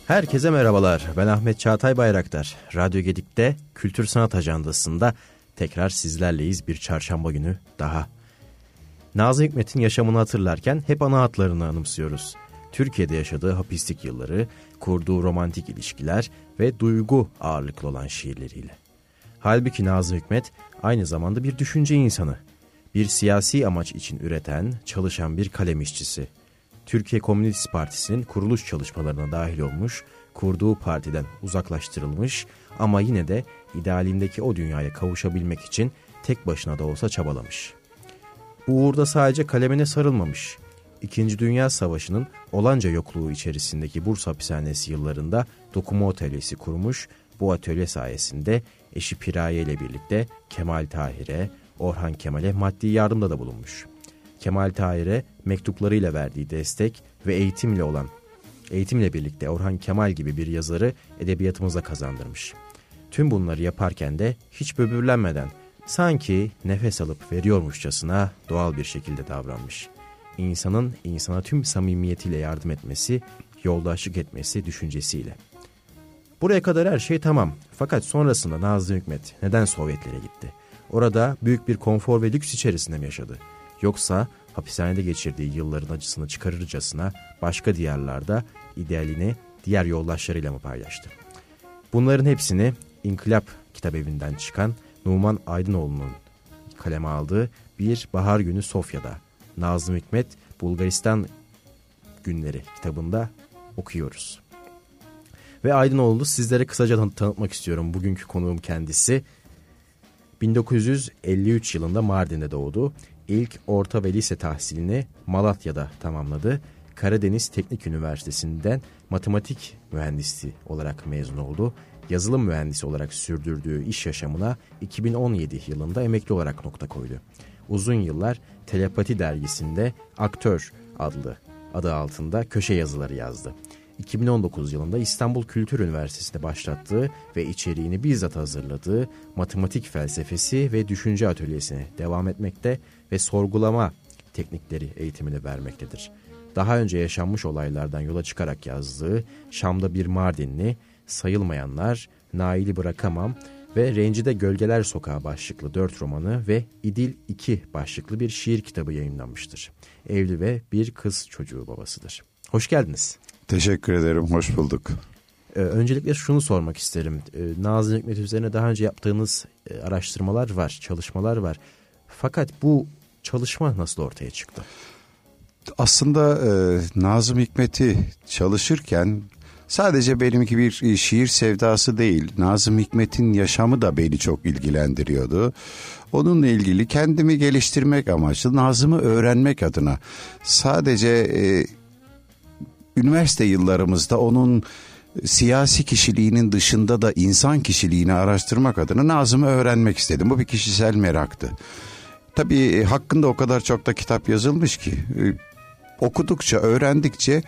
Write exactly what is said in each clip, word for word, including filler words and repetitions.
Herkese merhabalar. Ben Ahmet Çağatay Bayraktar. Radyo Gedik'te Kültür Sanat Ajandası'nda tekrar sizlerleyiz bir çarşamba günü daha. Nazım Hikmet'in yaşamını hatırlarken hep ana hatlarını anımsıyoruz. Türkiye'de yaşadığı hapislik yılları, kurduğu romantik ilişkiler ve duygu ağırlıklı olan şiirleriyle. Halbuki Nazım Hikmet aynı zamanda bir düşünce insanı, bir siyasi amaç için üreten, çalışan bir kalem işçisi. Türkiye Komünist Partisi'nin kuruluş çalışmalarına dahil olmuş, kurduğu partiden uzaklaştırılmış ama yine de idealindeki o dünyaya kavuşabilmek için tek başına da olsa çabalamış. Bu uğurda sadece kalemine sarılmamış. İkinci Dünya Savaşı'nın olanca yokluğu içerisindeki Bursa hapishanesi yıllarında dokuma atölyesi kurmuş. Bu atölye sayesinde eşi Piraye ile birlikte Kemal Tahir'e, Orhan Kemal'e maddi yardımda da bulunmuş. Kemal Tahir'e mektuplarıyla verdiği destek ve eğitimle olan, eğitimle birlikte Orhan Kemal gibi bir yazarı edebiyatımıza kazandırmış. Tüm bunları yaparken de hiç böbürlenmeden, sanki nefes alıp veriyormuşçasına doğal bir şekilde davranmış. İnsanın insana tüm samimiyetiyle yardım etmesi, yoldaşlık etmesi düşüncesiyle. Buraya kadar her şey tamam. Fakat sonrasında Nazım Hikmet neden Sovyetlere gitti? Orada büyük bir konfor ve lüks içerisinde mi yaşadı? Yoksa hapishanede geçirdiği yılların acısını çıkarırcasına başka diyarlarda idealini diğer yoldaşlarıyla mı paylaştı? Bunların hepsini İnkılap Kitabevi'nden çıkan Numan Aydınoğlu'nun kaleme aldığı Bir Bahar Günü Sofya'da Nazım Hikmet Bulgaristan Günleri kitabında okuyoruz. Ve Aydınoğlu sizlere kısaca tanı- tanıtmak istiyorum. Bugünkü konuğum kendisi. bin dokuz yüz elli üç yılında Mardin'de doğdu. İlk orta ve lise tahsilini Malatya'da tamamladı. Karadeniz Teknik Üniversitesi'nden matematik mühendisi olarak mezun oldu. Yazılım mühendisi olarak sürdürdüğü iş yaşamına iki bin on yedi yılında emekli olarak nokta koydu. Uzun yıllar Telepati dergisinde Aktör adlı adı altında köşe yazıları yazdı. iki bin on dokuz yılında İstanbul Kültür Üniversitesi'nde başlattığı ve içeriğini bizzat hazırladığı matematik felsefesi ve düşünce atölyesine devam etmekte ve sorgulama teknikleri eğitimini vermektedir. Daha önce yaşanmış olaylardan yola çıkarak yazdığı Şam'da Bir Mardinli, Sayılmayanlar, Nail'i Bırakamam ve Rencide Gölgeler Sokağı başlıklı dört romanı ve İdil iki başlıklı bir şiir kitabı yayınlanmıştır. Evli ve bir kız çocuğu babasıdır. Hoş geldiniz. Teşekkür ederim, hoş bulduk. Ee, öncelikle şunu sormak isterim. Ee, Nazım Hikmet üzerine daha önce yaptığınız e, araştırmalar var, çalışmalar var. Fakat bu çalışma nasıl ortaya çıktı? Aslında e, Nazım Hikmet'i çalışırken sadece benimki bir şiir sevdası değil, Nazım Hikmet'in yaşamı da beni çok ilgilendiriyordu. Onunla ilgili kendimi geliştirmek amaçlı, Nazım'ı öğrenmek adına sadece e, üniversite yıllarımızda onun siyasi kişiliğinin dışında da insan kişiliğini araştırmak adına Nazım'ı öğrenmek istedim. Bu bir kişisel meraktı. Tabii hakkında o kadar çok da kitap yazılmış ki okudukça, öğrendikçe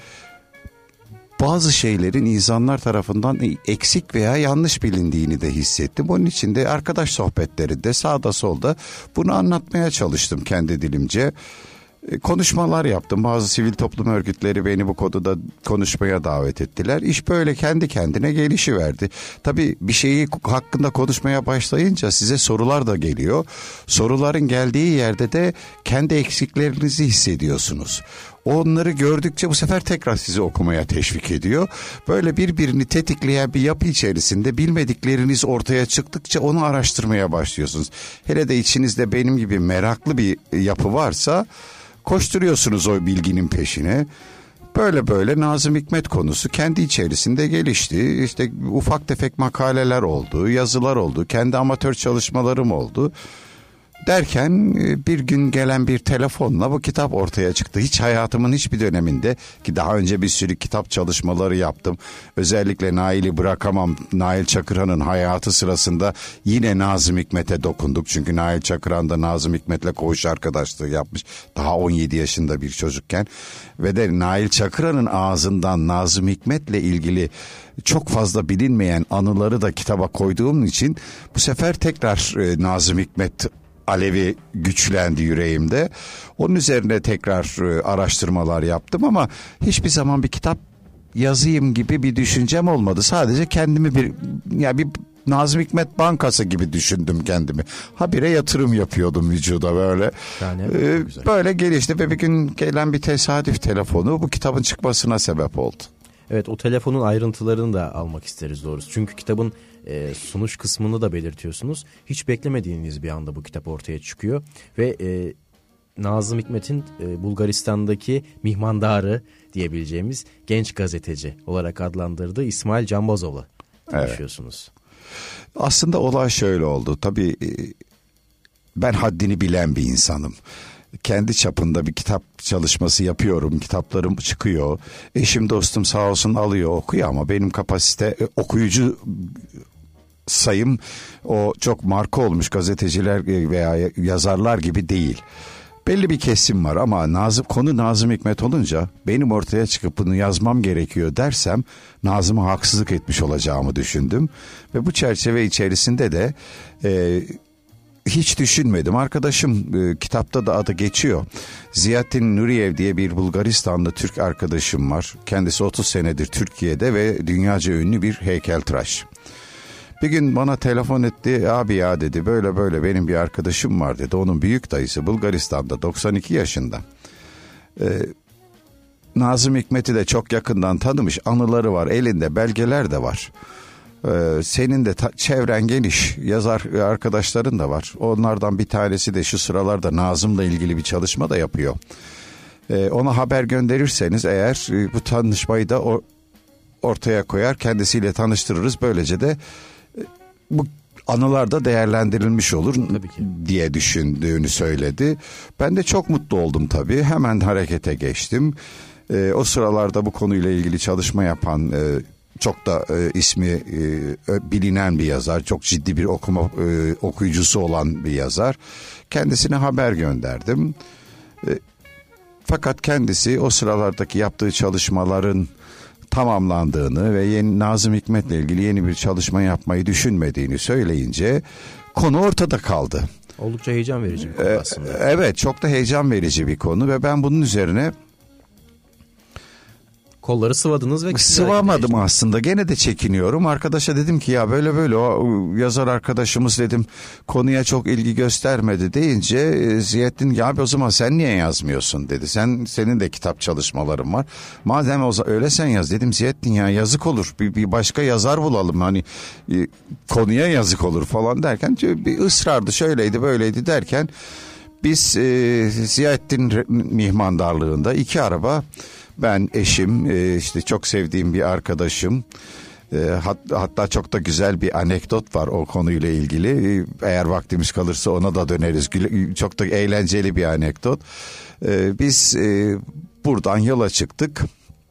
bazı şeylerin insanlar tarafından eksik veya yanlış bilindiğini de hissettim. Onun için de arkadaş sohbetlerinde sağda solda bunu anlatmaya çalıştım kendi dilimce. Konuşmalar yaptım. Bazı sivil toplum örgütleri beni bu konuda konuşmaya davet ettiler. İş böyle kendi kendine gelişiverdi. Tabii bir şeyi hakkında konuşmaya başlayınca size sorular da geliyor. Soruların geldiği yerde de kendi eksiklerinizi hissediyorsunuz. Onları gördükçe bu sefer tekrar sizi okumaya teşvik ediyor. Böyle birbirini tetikleyen bir yapı içerisinde bilmedikleriniz ortaya çıktıkça onu araştırmaya başlıyorsunuz. Hele de içinizde benim gibi meraklı bir yapı varsa koşturuyorsunuz o bilginin peşine. Böyle böyle Nazım Hikmet konusu kendi içerisinde gelişti. İşte ufak tefek makaleler oldu, yazılar oldu, kendi amatör çalışmalarım oldu. Derken bir gün gelen bir telefonla bu kitap ortaya çıktı. Hiç hayatımın hiçbir döneminde, ki daha önce bir sürü kitap çalışmaları yaptım. Özellikle Nail'i Bırakamam, Nail Çakıran'ın hayatı sırasında yine Nazım Hikmet'e dokunduk. Çünkü Nail Çakıran da Nazım Hikmet'le koğuş arkadaşlığı yapmış. Daha on yedi yaşında bir çocukken. Ve de Nail Çakıran'ın ağzından Nazım Hikmet'le ilgili çok fazla bilinmeyen anıları da kitaba koyduğum için bu sefer tekrar e, Nazım Hikmet alevi güçlendi yüreğimde. Onun üzerine tekrar e, araştırmalar yaptım ama hiçbir zaman bir kitap yazayım gibi bir düşüncem olmadı. Sadece kendimi bir ya bir Nazım Hikmet Bankası gibi düşündüm kendimi. Habire yatırım yapıyordum vücuda böyle. Yani, ee, böyle gelişti ve bir gün gelen bir tesadüf telefonu bu kitabın çıkmasına sebep oldu. Evet, o telefonun ayrıntılarını da almak isteriz doğrusu. Çünkü kitabın e, sunuş kısmını da belirtiyorsunuz. Hiç beklemediğiniz bir anda bu kitap ortaya çıkıyor. Ve e, Nazım Hikmet'in e, Bulgaristan'daki mihmandarı diyebileceğimiz genç gazeteci olarak adlandırdığı İsmail Cambazov'la konuşuyorsunuz. Evet. Aslında olay şöyle oldu. Tabii ben haddini bilen bir insanım. Kendi çapında bir kitap çalışması yapıyorum. Kitaplarım çıkıyor. Eşim dostum sağ olsun alıyor okuyor ama benim kapasite okuyucu sayım o çok marka olmuş gazeteciler veya yazarlar gibi değil. Belli bir kesim var ama Nazım, konu Nazım Hikmet olunca benim ortaya çıkıp bunu yazmam gerekiyor dersem Nazım'a haksızlık etmiş olacağımı düşündüm. Ve bu çerçeve içerisinde de e, hiç düşünmedim. Arkadaşım e, kitapta da adı geçiyor. Ziyaettin Nuriyev diye bir Bulgaristanlı Türk arkadaşım var. Kendisi otuz senedir Türkiye'de ve dünyaca ünlü bir heykeltıraş. Bir gün bana telefon etti, abi ya dedi, böyle böyle benim bir arkadaşım var dedi. Onun büyük dayısı Bulgaristan'da doksan iki yaşında. Ee, Nazım Hikmet'i de çok yakından tanımış, anıları var, elinde belgeler de var. Ee, senin de ta- çevren geniş, yazar arkadaşların da var. Onlardan bir tanesi de şu sıralarda Nazım'la ilgili bir çalışma da yapıyor. Ee, ona haber gönderirseniz eğer bu tanışmayı da o, ortaya koyar, kendisiyle tanıştırırız. Böylece de bu anılar da değerlendirilmiş olur diye düşündüğünü söyledi. Ben de çok mutlu oldum tabii. Hemen harekete geçtim. Ee, o sıralarda bu konuyla ilgili çalışma yapan e, çok da e, ismi e, bilinen bir yazar. Çok ciddi bir okuma e, okuyucusu olan bir yazar. Kendisine haber gönderdim. E, fakat kendisi o sıralardaki yaptığı çalışmaların tamamlandığını ve yeni Nazım Hikmet'le ilgili yeni bir çalışma yapmayı düşünmediğini söyleyince konu ortada kaldı. Oldukça heyecan verici bir konu ee, aslında. Evet, çok da heyecan verici bir konu ve ben bunun üzerine kolları sıvadınız ve sıvamadım aslında. Gene de çekiniyorum. Arkadaşa dedim ki ya böyle böyle o yazar arkadaşımız dedim konuya çok ilgi göstermedi deyince Ziyaettin ya abi o zaman sen niye yazmıyorsun dedi. Sen senin de kitap çalışmaların var. Madem o öyle sen yaz dedim. Ziyaettin ya yazık olur. Bir, bir başka yazar bulalım. Hani e, konuya yazık olur falan derken bir ısrardı, şöyleydi böyleydi derken biz e, Ziyaettin mihmandarlığında iki araba, ben, eşim, işte çok sevdiğim bir arkadaşım, hatta çok da güzel bir anekdot var o konuyla ilgili. Eğer vaktimiz kalırsa ona da döneriz. Çok da eğlenceli bir anekdot. Biz buradan yola çıktık.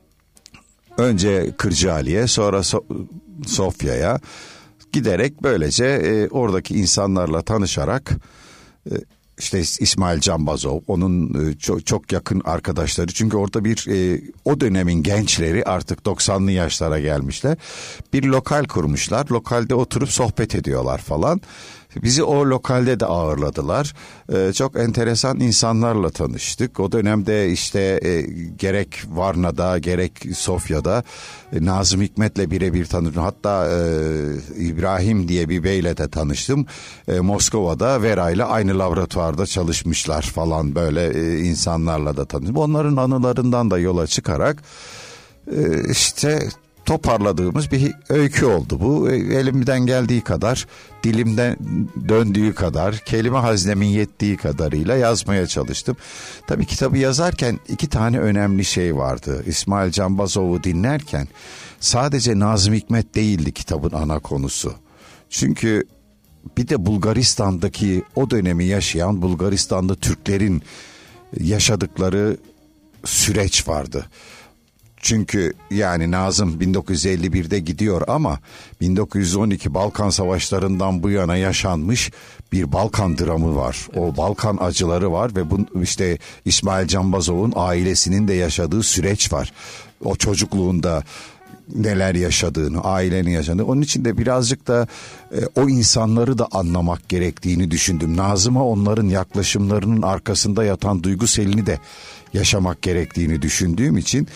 Önce Kırcaali'ye, sonra Sofya'ya giderek böylece oradaki insanlarla tanışarak İşte İsmail Cambazov, onun çok, çok yakın arkadaşları. Çünkü orada bir e, o dönemin gençleri artık doksanlı yaşlara gelmişler. Bir lokal kurmuşlar. Lokalde oturup sohbet ediyorlar falan. Bizi o lokalde de ağırladılar. Ee, çok enteresan insanlarla tanıştık. O dönemde işte e, gerek Varna'da gerek Sofya'da e, Nazım Hikmet'le birebir tanıştım. Hatta e, İbrahim diye bir beyle de tanıştım. E, Moskova'da Vera'yla aynı laboratuvarda çalışmışlar falan, böyle e, insanlarla da tanıştım. Onların anılarından da yola çıkarak e, işte toparladığımız bir öykü oldu bu. Elimden geldiği kadar, dilimden döndüğü kadar, kelime haznemin yettiği kadarıyla yazmaya çalıştım. Tabii kitabı yazarken iki tane önemli şey vardı. İsmail Cambazov'u dinlerken sadece Nazım Hikmet değildi kitabın ana konusu. Çünkü bir de Bulgaristan'daki o dönemi yaşayan Bulgaristanlı Türklerin yaşadıkları süreç vardı. Çünkü yani Nazım bin dokuz yüz elli birde gidiyor ama bin dokuz yüz on iki Balkan Savaşları'ndan bu yana yaşanmış bir Balkan dramı var. Evet. O Balkan acıları var ve bu işte İsmail Cambazov'un ailesinin de yaşadığı süreç var. O çocukluğunda neler yaşadığını, ailenin yaşadığını. Onun için de birazcık da e, o insanları da anlamak gerektiğini düşündüm. Nazım'a onların yaklaşımlarının arkasında yatan duygu selini de yaşamak gerektiğini düşündüğüm için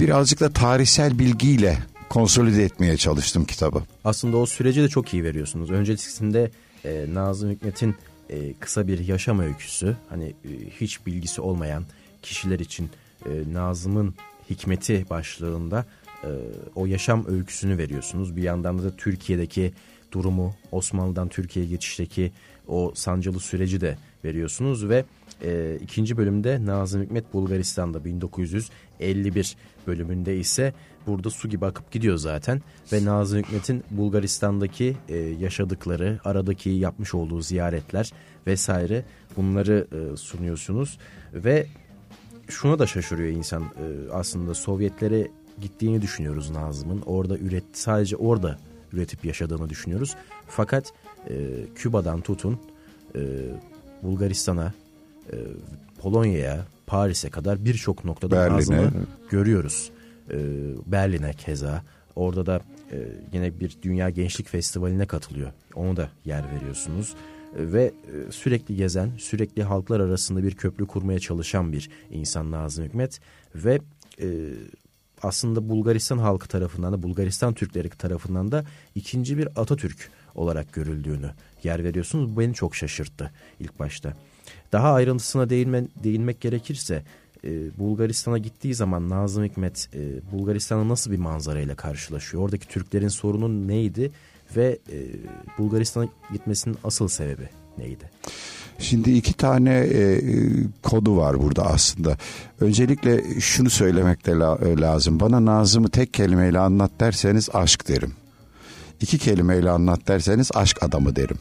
birazcık da tarihsel bilgiyle konsolide etmeye çalıştım kitabı. Aslında o süreci de çok iyi veriyorsunuz. Öncesinde e, Nazım Hikmet'in e, kısa bir yaşam öyküsü, hani e, hiç bilgisi olmayan kişiler için e, Nazım'ın Hikmeti başlığında e, o yaşam öyküsünü veriyorsunuz. Bir yandan da Türkiye'deki durumu, Osmanlı'dan Türkiye'ye geçişteki o sancılı süreci de veriyorsunuz ve e, ikinci bölümde Nazım Hikmet Bulgaristan'da bin dokuz yüz elli bir bölümünde ise burada su gibi akıp gidiyor zaten ve Nazım Hikmet'in Bulgaristan'daki e, yaşadıkları, aradaki yapmış olduğu ziyaretler vesaire bunları e, sunuyorsunuz ve şuna da şaşırıyor insan, e, aslında Sovyetlere gittiğini düşünüyoruz Nazım'ın, orada üret sadece orada üretip yaşadığını düşünüyoruz fakat e, Küba'dan tutun e, Bulgaristan'a, e, Polonya'ya, Paris'e kadar birçok noktada Berlin'e Nazım'ı görüyoruz. E, Berlin'e keza. Orada da e, yine bir Dünya Gençlik Festivali'ne katılıyor. Onu da yer veriyorsunuz. E, ve e, sürekli gezen, sürekli halklar arasında bir köprü kurmaya çalışan bir insan Nazım Hikmet. Ve e, aslında Bulgaristan halkı tarafından da, Bulgaristan Türkleri tarafından da ikinci bir Atatürk olarak görüldüğünü yer veriyorsunuz. Bu beni çok şaşırttı ilk başta. Daha ayrıntısına değinme, değinmek gerekirse e, Bulgaristan'a gittiği zaman Nazım Hikmet e, Bulgaristan'a nasıl bir manzarayla karşılaşıyor? Oradaki Türklerin sorunu neydi ve e, Bulgaristan'a gitmesinin asıl sebebi neydi? Şimdi iki tane e, kodu var burada aslında. Öncelikle şunu söylemek de la, lazım. Bana Nazım'ı tek kelimeyle anlat derseniz aşk derim. İki kelimeyle anlat derseniz aşk adamı derim.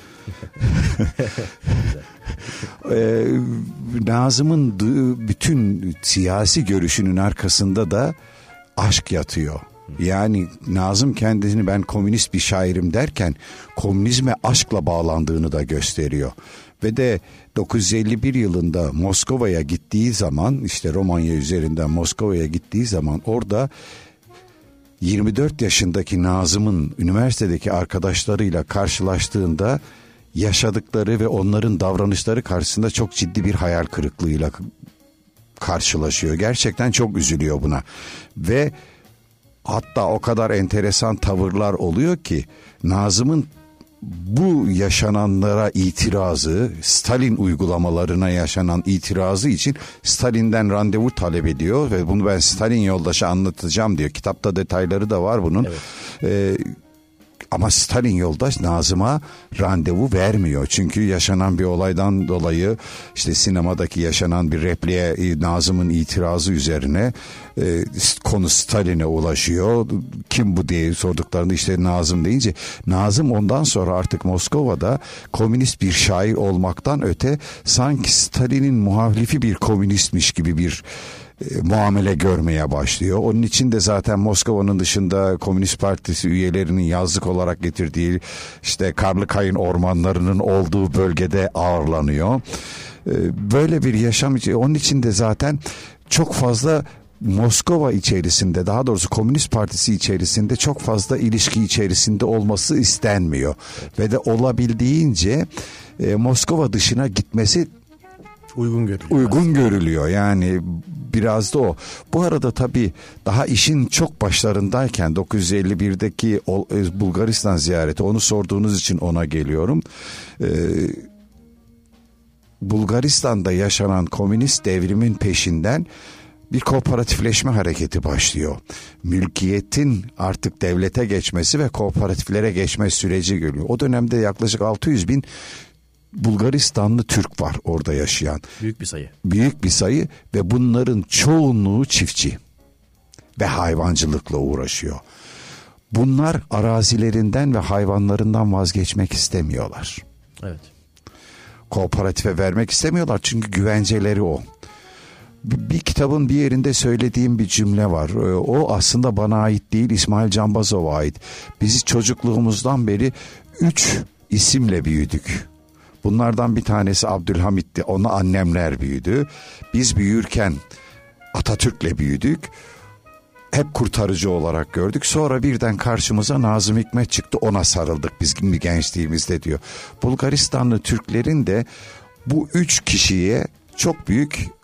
ee, Nazım'ın bütün siyasi görüşünün arkasında da aşk yatıyor. Yani Nazım kendisini ben komünist bir şairim derken komünizme aşkla bağlandığını da gösteriyor. Ve de dokuz yüz elli bir yılında Moskova'ya gittiği zaman, işte Romanya üzerinden Moskova'ya gittiği zaman orada yirmi dört yaşındaki Nazım'ın üniversitedeki arkadaşlarıyla karşılaştığında yaşadıkları ve onların davranışları karşısında çok ciddi bir hayal kırıklığıyla karşılaşıyor. Gerçekten çok üzülüyor buna. Ve hatta o kadar enteresan tavırlar oluyor ki Nazım'ın bu yaşananlara itirazı, Stalin uygulamalarına yaşanan itirazı için Stalin'den randevu talep ediyor ve bunu ben Stalin yoldaşı anlatacağım diyor. Kitapta detayları da var bunun. Evet. Ee, Ama Stalin yoldaş Nazım'a randevu vermiyor. Çünkü yaşanan bir olaydan dolayı işte sinemadaki yaşanan bir repliğe Nazım'ın itirazı üzerine e, konu Stalin'e ulaşıyor. Kim bu diye sorduklarında işte Nazım deyince Nazım ondan sonra artık Moskova'da komünist bir şair olmaktan öte sanki Stalin'in muhalifi bir komünistmiş gibi bir muamele görmeye başlıyor. Onun için de zaten Moskova'nın dışında Komünist Partisi üyelerinin yazlık olarak getirdiği işte Karlıkayın ormanlarının olduğu bölgede ağırlanıyor. Böyle bir yaşam için, onun için de zaten çok fazla Moskova içerisinde, daha doğrusu Komünist Partisi içerisinde çok fazla ilişki içerisinde olması istenmiyor. Ve de olabildiğince e, Moskova dışına gitmesi uygun görülüyor. Uygun görülüyor yani biraz da o. Bu arada tabii daha işin çok başlarındayken dokuz yüz elli birdeki Bulgaristan ziyareti, onu sorduğunuz için ona geliyorum. Ee, Bulgaristan'da yaşanan komünist devrimin peşinden bir kooperatifleşme hareketi başlıyor. Mülkiyetin artık devlete geçmesi ve kooperatiflere geçme süreci geliyor. O dönemde yaklaşık altı yüz bin Bulgaristanlı Türk var orada yaşayan. Büyük bir sayı. Büyük bir sayı ve bunların çoğunluğu çiftçi ve hayvancılıkla uğraşıyor. Bunlar arazilerinden ve hayvanlarından vazgeçmek istemiyorlar. Evet. Kooperatife vermek istemiyorlar çünkü güvenceleri o. Bir kitabın bir yerinde söylediğim bir cümle var. O aslında bana ait değil, İsmail Cambazov'a ait. Biz çocukluğumuzdan beri üç isimle büyüdük. Bunlardan bir tanesi Abdülhamit'ti. Ona annemler büyüdü. Biz büyürken Atatürk'le büyüdük. Hep kurtarıcı olarak gördük. Sonra birden karşımıza Nazım Hikmet çıktı. Ona sarıldık biz gençliğimizde diyor. Bulgaristanlı Türklerin de bu üç kişiye çok büyük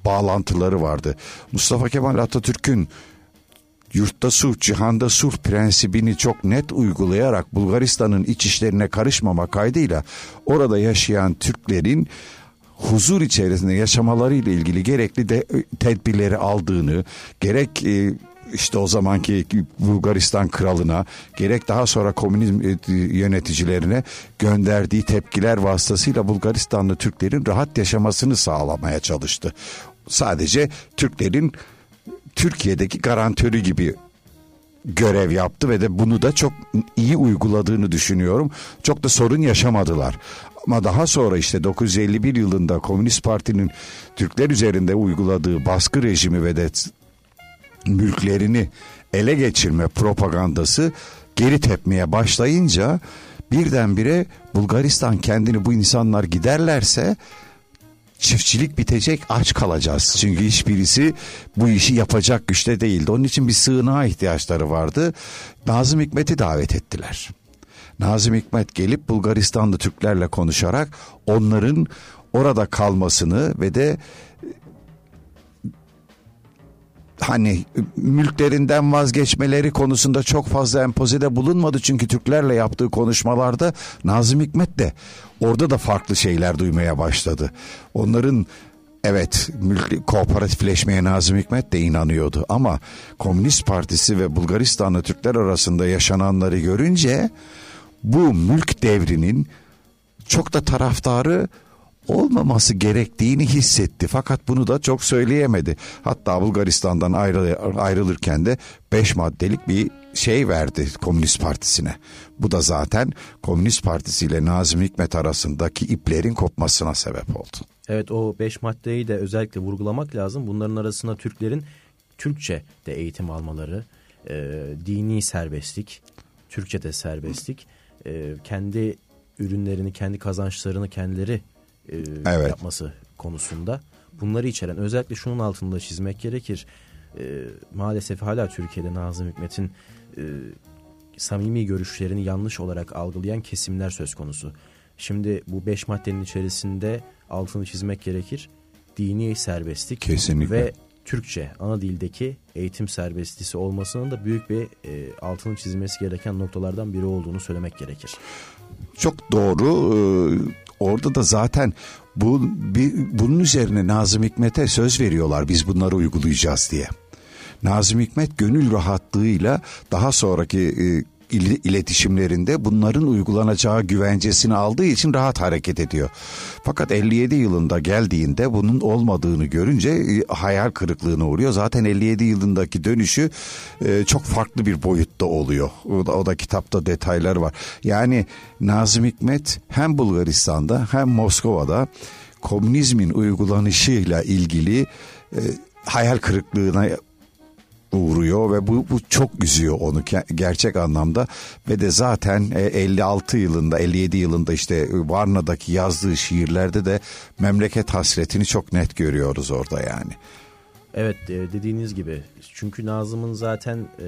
bağlantıları vardı. Mustafa Kemal Atatürk'ün yurtta sulh, cihanda sulh prensibini çok net uygulayarak Bulgaristan'ın iç işlerine karışmama kaydıyla orada yaşayan Türklerin huzur içerisinde yaşamalarıyla ilgili gerekli de tedbirleri aldığını, gerek e, işte o zamanki Bulgaristan kralına, gerek daha sonra komünizm yöneticilerine gönderdiği tepkiler vasıtasıyla Bulgaristanlı Türklerin rahat yaşamasını sağlamaya çalıştı. Sadece Türklerin Türkiye'deki garantörü gibi görev yaptı ve de bunu da çok iyi uyguladığını düşünüyorum. Çok da sorun yaşamadılar. Ama daha sonra işte dokuz yüz elli bir yılında Komünist Parti'nin Türkler üzerinde uyguladığı baskı rejimi ve de mülklerini ele geçirme propagandası geri tepmeye başlayınca birdenbire Bulgaristan kendini bu insanlar giderlerse çiftçilik bitecek, aç kalacağız. Çünkü hiçbirisi bu işi yapacak güçte değildi. Onun için bir sığınağa ihtiyaçları vardı. Nazım Hikmet'i davet ettiler. Nazım Hikmet gelip Bulgaristanlı Türklerle konuşarak onların orada kalmasını ve de hani mülklerinden vazgeçmeleri konusunda çok fazla empozede bulunmadı. Çünkü Türklerle yaptığı konuşmalarda Nazım Hikmet de orada da farklı şeyler duymaya başladı. Onların evet mülk kooperatifleşmeye Nazım Hikmet de inanıyordu. Ama Komünist Partisi ve Bulgaristanlı Türkler arasında yaşananları görünce bu mülk devrinin çok da taraftarı olmaması gerektiğini hissetti. Fakat bunu da çok söyleyemedi. Hatta Bulgaristan'dan ayrı, ayrılırken de beş maddelik bir şey verdi Komünist Partisi'ne. Bu da zaten Komünist Partisi ile Nazım Hikmet arasındaki iplerin kopmasına sebep oldu. Evet, o beş maddeyi de özellikle vurgulamak lazım. Bunların arasında Türklerin Türkçe de eğitim almaları, e, dini serbestlik, Türkçe de serbestlik, e, kendi ürünlerini, kendi kazançlarını kendileri e, evet. yapması konusunda. Bunları içeren, özellikle şunun altında çizmek gerekir. E, maalesef hala Türkiye'de Nazım Hikmet'in e, samimi görüşlerini yanlış olarak algılayan kesimler söz konusu. Şimdi bu beş maddenin içerisinde altını çizmek gerekir. Dini serbestlik kesinlikle. Ve Türkçe ana dildeki eğitim serbestisi olmasının da büyük bir e, altını çizmesi gereken noktalardan biri olduğunu söylemek gerekir. Çok doğru. Ee, orada da zaten bu bir, bunun üzerine Nazım Hikmet'e söz veriyorlar, biz bunları uygulayacağız diye. Nazım Hikmet gönül rahatlığıyla daha sonraki e, iletişimlerinde bunların uygulanacağı güvencesini aldığı için rahat hareket ediyor. Fakat elli yedi yılında geldiğinde bunun olmadığını görünce e, hayal kırıklığına uğruyor. Zaten elli yedi yılındaki dönüşü e, çok farklı bir boyutta oluyor. O da, o da kitapta detaylar var. Yani Nazım Hikmet hem Bulgaristan'da hem Moskova'da komünizmin uygulanışıyla ilgili e, hayal kırıklığına uğruyor ve bu, bu çok üzüyor onu gerçek anlamda. Ve de zaten elli altı yılında elli yedi yılında işte Varna'daki yazdığı şiirlerde de memleket hasretini çok net görüyoruz orada yani. Evet, dediğiniz gibi, çünkü Nazım'ın zaten e,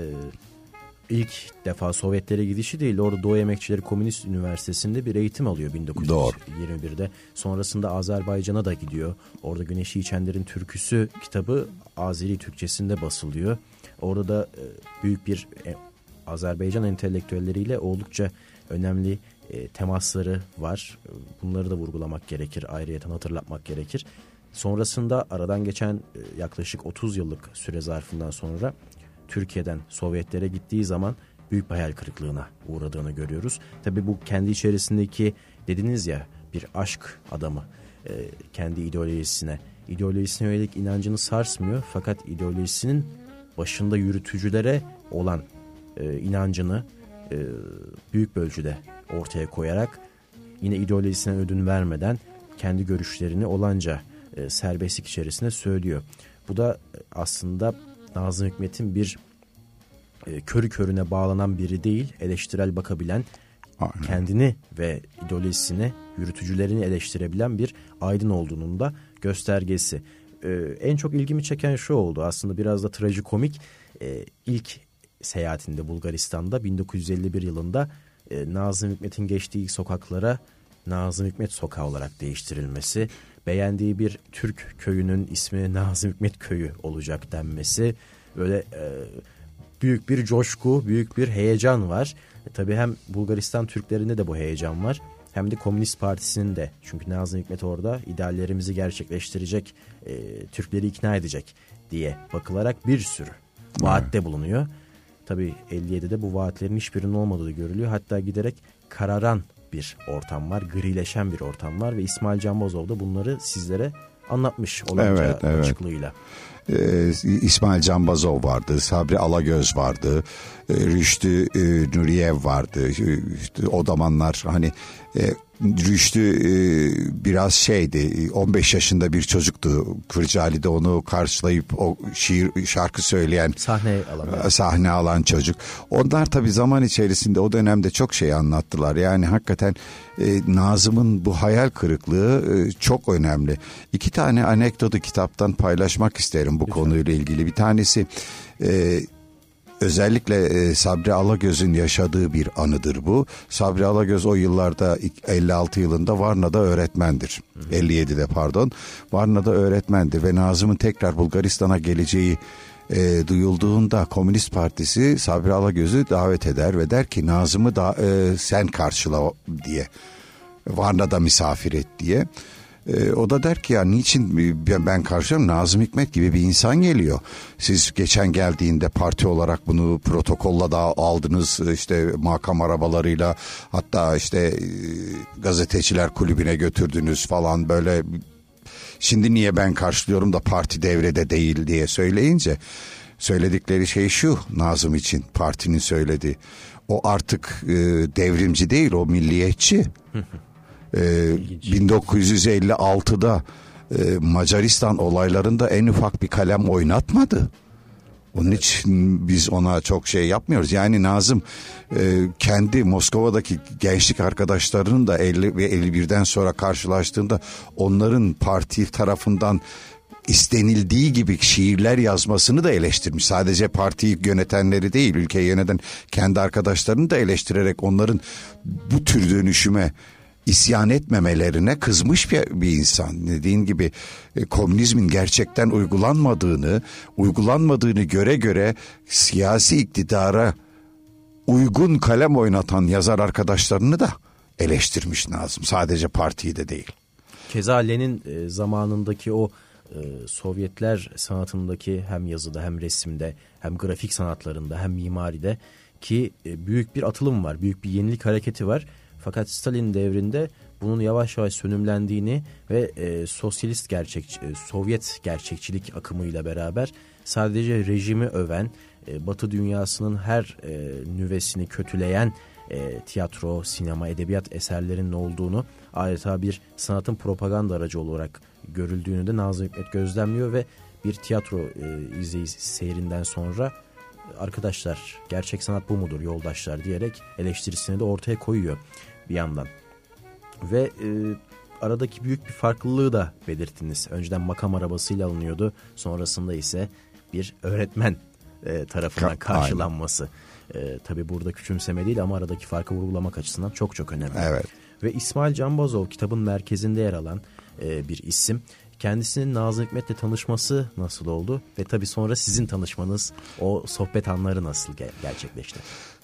ilk defa Sovyetlere gidişi değil, orada Doğu Emekçileri Komünist Üniversitesi'nde bir eğitim alıyor bin dokuz yüz yirmi birde. Doğru. Sonrasında Azerbaycan'a da gidiyor. Orada Güneşi İçenler'in Türküsü kitabı Azeri Türkçesinde basılıyor. Orada da e, büyük bir e, Azerbaycan entelektüelleriyle oldukça önemli e, temasları var. Bunları da vurgulamak gerekir, ayrıyeten hatırlatmak gerekir. Sonrasında aradan geçen e, yaklaşık otuz yıllık süre zarfından sonra Türkiye'den Sovyetlere gittiği zaman büyük bir hayal kırıklığına uğradığını görüyoruz. Tabii bu kendi içerisindeki, dediniz ya, bir aşk adamı e, kendi ideolojisine. İdeolojisine yönelik inancını sarsmıyor, fakat ideolojisinin başında yürütücülere olan e, inancını e, büyük bir ölçüde ortaya koyarak, yine ideolojisine ödün vermeden kendi görüşlerini olanca e, serbestlik içerisinde söylüyor. Bu da aslında Nazım Hikmet'in bir e, körü körüne bağlanan biri değil, eleştirel bakabilen, aynen, kendini ve ideolojisini, yürütücülerini eleştirebilen bir aydın olduğunun da göstergesi. E, en çok ilgimi çeken şu oldu, aslında biraz da trajikomik. E, ilk seyahatinde Bulgaristan'da bin dokuz yüz elli bir yılında e, Nazım Hikmet'in geçtiği sokaklara Nazım Hikmet Sokağı olarak değiştirilmesi, beğendiği bir Türk köyünün ismi Nazım Hikmet Köyü olacak denmesi, böyle e, büyük bir coşku, büyük bir heyecan var. E, tabii hem Bulgaristan Türklerinde de bu heyecan var, hem de Komünist Partisi'nin de, çünkü Nazım Hikmet orada ideallerimizi gerçekleştirecek, e, Türkleri ikna edecek diye bakılarak bir sürü vaatte bulunuyor. Tabii elli yedide bu vaatlerin hiçbirinin olmadığı görülüyor. Hatta giderek kararan bir ortam var, grileşen bir ortam var ve İsmail Canbazov da bunları sizlere anlatmış olanca evet, evet. açıklığıyla. Ee, İsmail Canbazov vardı, Sabri Alagöz vardı, e, Rüştü e, Nuriyev vardı. İşte o zamanlar hani e, Rüştü e, biraz şeydi, on beş yaşında bir çocuktu. Kırcaali'de onu karşılayıp o şiir şarkı söyleyen, sahne alan, sahne alan çocuk. Onlar tabii zaman içerisinde o dönemde çok şey anlattılar. Yani hakikaten e, Nazım'ın bu hayal kırıklığı e, çok önemli. İki tane anekdotu kitaptan paylaşmak isterim bu Lütfen. Konuyla ilgili. Bir tanesi e, özellikle e, Sabri Alagöz'ün yaşadığı bir anıdır bu. Sabri Alagöz o yıllarda elli altı yılında Varna'da öğretmendir. Hı hı. elli yedide pardon. Varna'da öğretmendir ve Nazım'ın tekrar Bulgaristan'a geleceği e, duyulduğunda Komünist Partisi Sabri Alagöz'ü davet eder ve der ki Nazım'ı da e, sen karşıla diye. Varna'da misafir et diye. E, o da der ki ya niçin ben karşılayayım, Nazım Hikmet gibi bir insan geliyor. Siz geçen geldiğinde parti olarak bunu protokolla da aldınız, işte makam arabalarıyla, hatta işte e, gazeteciler kulübüne götürdünüz falan böyle. Şimdi niye ben karşılıyorum da parti devrede değil diye söyleyince söyledikleri şey şu, Nazım için partinin söylediği. O artık e, devrimci değil, o milliyetçi. Ee, bin dokuz yüz elli altıda e, Macaristan olaylarında en ufak bir kalem oynatmadı. Onun için biz ona çok şey yapmıyoruz. Yani Nazım e, kendi Moskova'daki gençlik arkadaşlarının da elli ve elli birden sonra karşılaştığında onların parti tarafından istenildiği gibi şiirler yazmasını da eleştirmiş. Sadece partiyi yönetenleri değil, ülkeyi yöneten kendi arkadaşlarını da eleştirerek onların bu tür dönüşüme isyan etmemelerine kızmış bir, bir insan. Dediğin gibi e, komünizmin gerçekten uygulanmadığını, uygulanmadığını göre göre siyasi iktidara uygun kalem oynatan yazar arkadaşlarını da eleştirmiş Nazım. Sadece partiyi de değil. Keza Lenin e, zamanındaki o e, Sovyetler sanatındaki hem yazıda hem resimde hem grafik sanatlarında hem mimaride ki e, büyük bir atılım var, büyük bir yenilik hareketi var. Fakat Stalin devrinde bunun yavaş yavaş sönümlendiğini ve e, sosyalist gerçek, e, Sovyet gerçekçilik akımıyla beraber sadece rejimi öven, e, Batı dünyasının her e, nüvesini kötüleyen e, tiyatro, sinema, edebiyat eserlerinin olduğunu, adeta bir sanatın propaganda aracı olarak görüldüğünü de Nazım Hikmet gözlemliyor ve bir tiyatro e, izleyiş seyrinden sonra arkadaşlar gerçek sanat bu mudur yoldaşlar diyerek eleştirisini de ortaya koyuyor bir yandan. Ve e, aradaki büyük bir farklılığı da belirttiniz. Önceden makam arabasıyla alınıyordu. Sonrasında ise bir öğretmen e, tarafından karşılanması. E, tabii burada küçümseme değil ama aradaki farkı vurgulamak açısından çok çok önemli. Evet. Ve İsmail Canbazov kitabın merkezinde yer alan e, bir isim. Kendisinin Nazım Hikmet'le tanışması nasıl oldu? Ve tabii sonra sizin tanışmanız, o sohbet anları nasıl ger- gerçekleşti?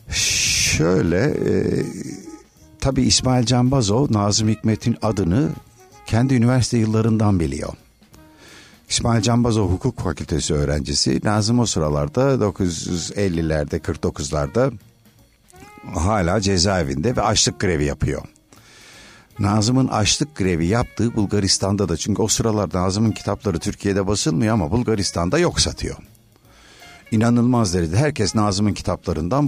Şöyle, e, tabii İsmail Canbazov Nazım Hikmet'in adını kendi üniversite yıllarından biliyor. İsmail Canbazov hukuk fakültesi öğrencisi. Nazım o sıralarda dokuz yüz ellilerde, kırk dokuzlarda hala cezaevinde ve açlık grevi yapıyor. Nazım'ın açlık grevi yaptığı Bulgaristan'da da, çünkü o sıralar Nazım'ın kitapları Türkiye'de basılmıyor ama Bulgaristan'da yok satıyor. İnanılmaz derecede herkes Nazım'ın kitaplarından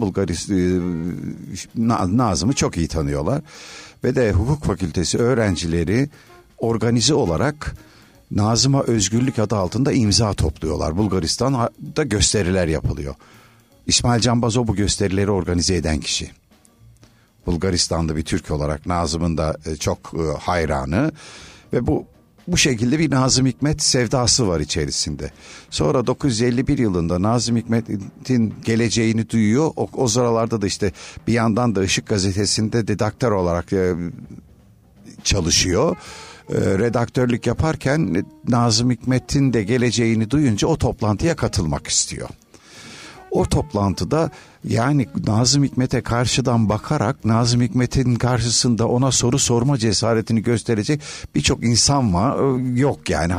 Bulgaristan Nazım'ı çok iyi tanıyorlar ve de hukuk fakültesi öğrencileri organize olarak Nazım'a özgürlük adı altında imza topluyorlar. Bulgaristan'da gösteriler yapılıyor. İsmail Canbazov bu gösterileri organize eden kişi. Bulgaristanlı bir Türk olarak Nazım'ın da çok hayranı ve bu bu şekilde bir Nazım Hikmet sevdası var içerisinde. Sonra dokuz yüz elli bir yılında Nazım Hikmet'in geleceğini duyuyor. O, o sıralarda da işte bir yandan da Işık Gazetesi'nde redaktör olarak çalışıyor. Redaktörlük yaparken Nazım Hikmet'in de geleceğini duyunca o toplantıya katılmak istiyor. O toplantıda yani Nazım Hikmet'e karşıdan bakarak Nazım Hikmet'in karşısında ona soru sorma cesaretini gösterecek birçok insan var. Yok yani.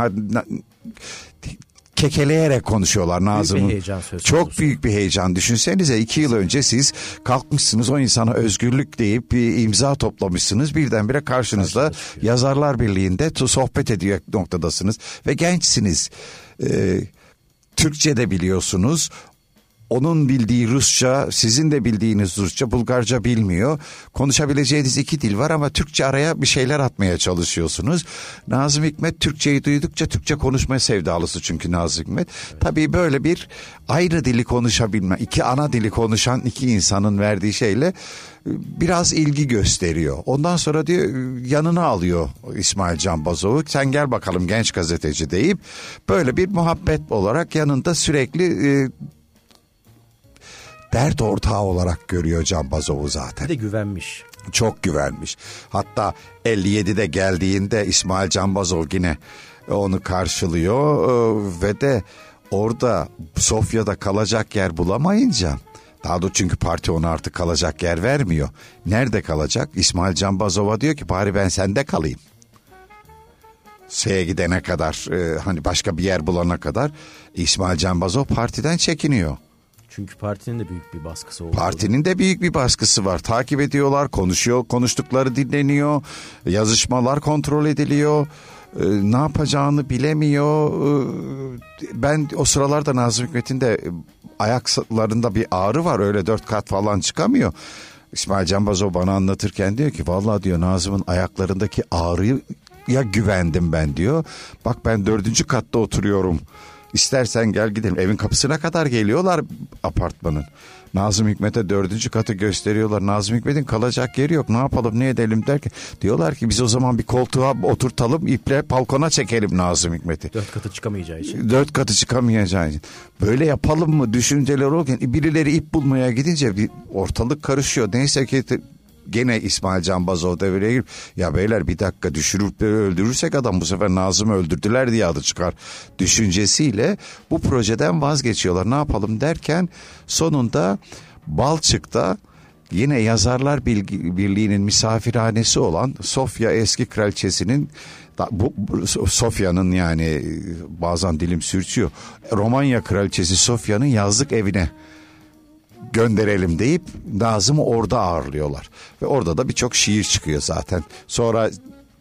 Kekeleyerek konuşuyorlar Nazım'ın. Büyük bir heyecan söz Çok konusu. büyük bir heyecan. Düşünsenize iki yıl önce siz kalkmışsınız o insana özgürlük deyip bir imza toplamışsınız. Birdenbire karşınızda Yazarlar Birliği'nde sohbet ediyor noktadasınız. Ve gençsiniz. Ee, Türkçe de biliyorsunuz. Onun bildiği Rusça, sizin de bildiğiniz Rusça, Bulgarca bilmiyor. Konuşabileceğiniz iki dil var ama Türkçe araya bir şeyler atmaya çalışıyorsunuz. Nazım Hikmet Türkçeyi duydukça Türkçe konuşma sevdalısı çünkü Nazım Hikmet. Evet. Tabii böyle bir ayrı dili konuşabilme, iki ana dili konuşan iki insanın verdiği şeyle biraz ilgi gösteriyor. Ondan sonra diyor yanına alıyor İsmail Canbazov'u. Sen gel bakalım genç gazeteci deyip böyle bir muhabbet olarak yanında sürekli... E, dert ortağı olarak görüyor Canbazov'u zaten. Bir de güvenmiş. Çok güvenmiş. Hatta elli yedide geldiğinde İsmail Canbazov yine onu karşılıyor ve de orada Sofya'da kalacak yer bulamayınca, daha doğrusu çünkü parti ona artık kalacak yer vermiyor. Nerede kalacak? İsmail Canbazov'a diyor ki bari ben sende kalayım. Şeye gidene kadar hani başka bir yer bulana kadar İsmail Canbazov partiden çekiniyor. Çünkü partinin de büyük bir baskısı oldu. Partinin de büyük bir baskısı var. Takip ediyorlar, konuşuyor, konuştukları dinleniyor, yazışmalar kontrol ediliyor. Ee, ne yapacağını bilemiyor. Ee, ben o sıralarda Nazım Hikmet'in de ayaklarında bir ağrı var. Öyle dört kat falan çıkamıyor. İsmail Canbazov bana anlatırken diyor ki vallahi diyor Nazım'ın ayaklarındaki ağrıya güvendim ben diyor. Bak ben dördüncü katta oturuyorum. İstersen gel gidelim. Evin kapısına kadar geliyorlar apartmanın. Nazım Hikmet'e dördüncü katı gösteriyorlar. Nazım Hikmet'in kalacak yeri yok. Ne yapalım ne edelim derken diyorlar ki biz o zaman bir koltuğa oturtalım, iple balkona çekelim Nazım Hikmet'i. Dört katı çıkamayacağı için. Dört katı çıkamayacağı için. Böyle yapalım mı düşünceler olurken birileri ip bulmaya gidince bir ortalık karışıyor. Neyse ki gene İsmail Canbazov devreye girip ya beyler bir dakika düşürüp öldürürsek adam bu sefer Nazım'ı öldürdüler diye adı çıkar düşüncesiyle bu projeden vazgeçiyorlar. Ne yapalım derken sonunda Balçık'ta yine Yazarlar Birliği'nin misafirhanesi olan Sofya eski kraliçesinin bu, bu Sofya'nın yani bazen dilim sürçüyor. Romanya kraliçesi Sofya'nın yazlık evine gönderelim deyip Nazım'ı orada ağırlıyorlar. Ve orada da birçok şiir çıkıyor zaten. Sonra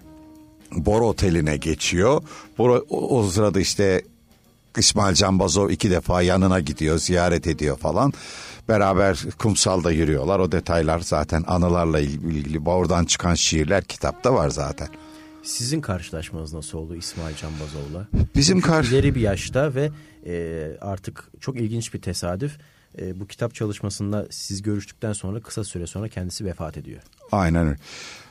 Bora Oteli'ne geçiyor. Bora, o, o sırada işte İsmail Canbazov iki defa yanına gidiyor, ziyaret ediyor falan. Beraber kumsalda yürüyorlar. O detaylar zaten anılarla ilgili. Oradan çıkan şiirler kitapta var zaten. Sizin karşılaşmanız nasıl oldu İsmail Canbazov'la? Bizim karşı ileri bir yaşta ve e, artık çok ilginç bir tesadüf. E, bu kitap çalışmasında siz görüştükten sonra kısa süre sonra kendisi vefat ediyor. Aynen öyle.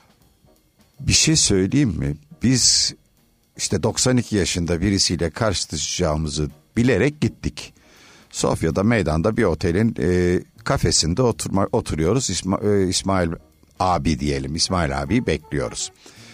Bir şey söyleyeyim mi? Biz işte doksan iki yaşında birisiyle karşılaşacağımızı bilerek gittik. Sofya'da meydanda bir otelin e, kafesinde oturma, oturuyoruz. İsma, e, İsmail abi diyelim. İsmail abiyi bekliyoruz.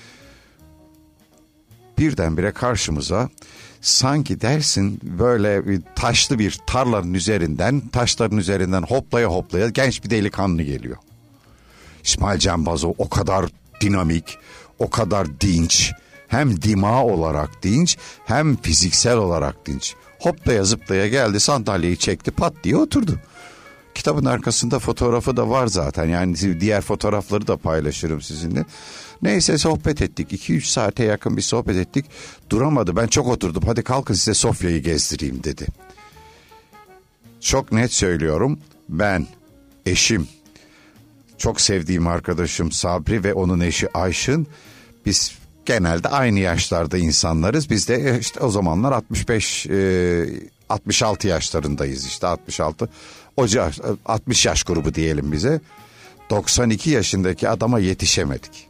Birdenbire karşımıza sanki dersin böyle bir taşlı bir tarlanın üzerinden, taşların üzerinden hoplaya hoplaya genç bir delikanlı geliyor. İsmail Canbazov o kadar dinamik, o kadar dinç, hem dima olarak dinç hem fiziksel olarak dinç. Hoplaya zıplaya geldi, sandalyeyi çekti, pat diye oturdu. Kitabın arkasında fotoğrafı da var zaten, yani diğer fotoğrafları da paylaşırım sizinle. Neyse sohbet ettik, iki üç saate yakın bir sohbet ettik. Duramadı, ben çok oturdum, hadi kalkın size Sofya'yı gezdireyim dedi. Çok net söylüyorum, ben, eşim, çok sevdiğim arkadaşım Sabri ve onun eşi Ayşın, biz genelde aynı yaşlarda insanlarız. Biz de işte o zamanlar altmış beş altmış altı yaşlarındayız, işte altmış altı Oca, altmış yaş grubu diyelim bize. doksan iki yaşındaki adama yetişemedik.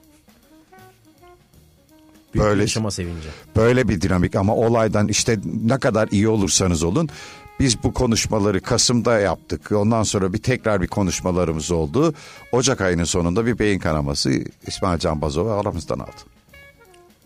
Büyük böyle yaşama sevinci. Böyle bir dinamik, ama olaydan işte ne kadar iyi olursanız olun, biz bu konuşmaları Kasım'da yaptık. Ondan sonra bir tekrar bir konuşmalarımız oldu. Ocak ayının sonunda bir beyin kanaması İsmail Canbazov'u aramızdan aldı.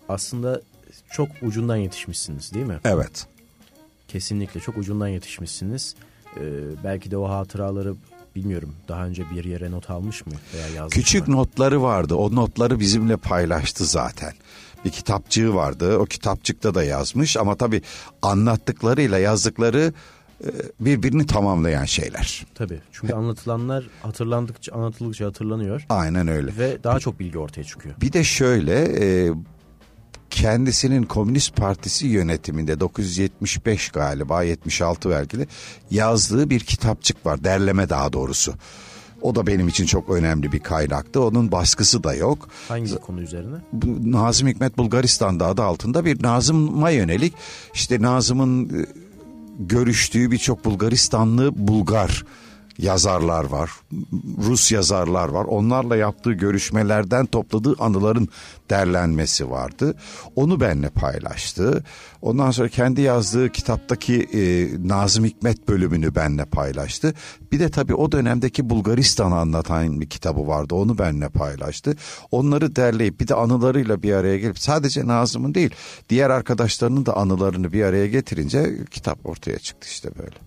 aslında çok ucundan yetişmişsiniz değil mi? Evet. Kesinlikle çok ucundan yetişmişsiniz. Ee, belki de o hatıraları bilmiyorum daha önce bir yere not almış mı veya yazmış Küçük mı? notları vardı. O notları bizimle paylaştı zaten. Bir kitapçığı vardı. O kitapçıkta da yazmış ama tabii anlattıklarıyla yazdıkları birbirini tamamlayan şeyler. Tabii. Çünkü anlatılanlar hatırlandıkça, anlatıldıkça hatırlanıyor. Aynen öyle. Ve daha çok bilgi ortaya çıkıyor. Bir de şöyle, e, kendisinin Komünist Partisi yönetiminde dokuz yüz yetmiş beş galiba yetmiş altı belki yazdığı bir kitapçık var. Derleme daha doğrusu. O da benim için çok önemli bir kaynaktı. Onun baskısı da yok. Hangi konu üzerine? Bu, Nazım Hikmet Bulgaristan'da adı altında bir Nazım'a yönelik, işte Nazım'ın e, görüştüğü birçok Bulgaristanlı Bulgar yazarlar var. Rus yazarlar var. Onlarla yaptığı görüşmelerden topladığı anıların derlenmesi vardı. Onu benimle paylaştı. Ondan sonra kendi yazdığı kitaptaki e, Nazım Hikmet bölümünü benimle paylaştı. Bir de tabii o dönemdeki Bulgaristan'ı anlatan bir kitabı vardı. Onu benimle paylaştı. Onları derleyip bir de anılarıyla bir araya gelip sadece Nazım'ın değil diğer arkadaşlarının da anılarını bir araya getirince kitap ortaya çıktı işte böyle.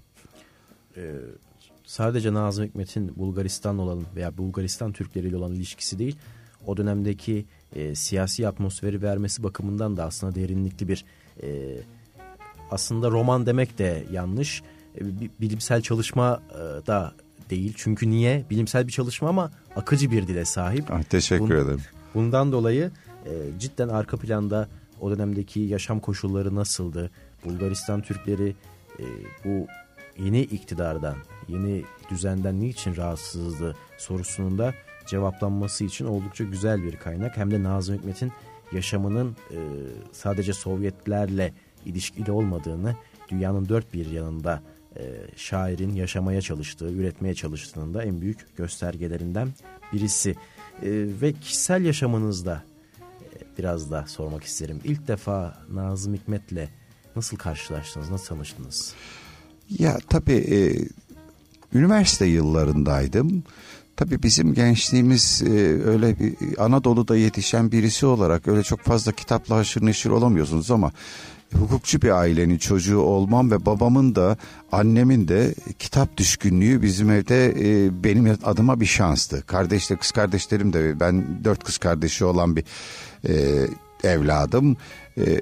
Ee, sadece Nazım Hikmet'in Bulgaristan'la olan veya Bulgaristan Türkleriyle olan ilişkisi değil, o dönemdeki e, siyasi atmosferi vermesi bakımından da aslında derinlikli bir e, aslında roman demek de yanlış. E, bir, bilimsel çalışma e, da değil. Çünkü niye? Bilimsel bir çalışma ama akıcı bir dile sahip. Ah, teşekkür Bun, ederim. Bundan dolayı e, cidden arka planda o dönemdeki yaşam koşulları nasıldı? Bulgaristan Türkleri e, bu yeni iktidardan, yeni düzenden niçin rahatsızdı sorusunun da cevaplanması için oldukça güzel bir kaynak. Hem de Nazım Hikmet'in yaşamının e, sadece Sovyetlerle ilişkili olmadığını, dünyanın dört bir yanında e, şairin yaşamaya çalıştığı, üretmeye çalıştığının da en büyük göstergelerinden birisi. E, ve kişisel yaşamınızda e, biraz da sormak isterim. İlk defa Nazım Hikmet'le nasıl karşılaştınız, nasıl tanıştınız? Ya tabii e, üniversite yıllarındaydım. Tabii bizim gençliğimiz e, öyle bir Anadolu'da yetişen birisi olarak öyle çok fazla kitapla haşır neşir olamıyorsunuz ama hukukçu bir ailenin çocuğu olmam ve babamın da annemin de kitap düşkünlüğü bizim evde e, benim adıma bir şanstı. Kardeşler, kız kardeşlerim de, ben dört kız kardeşi olan bir e, evladım. E,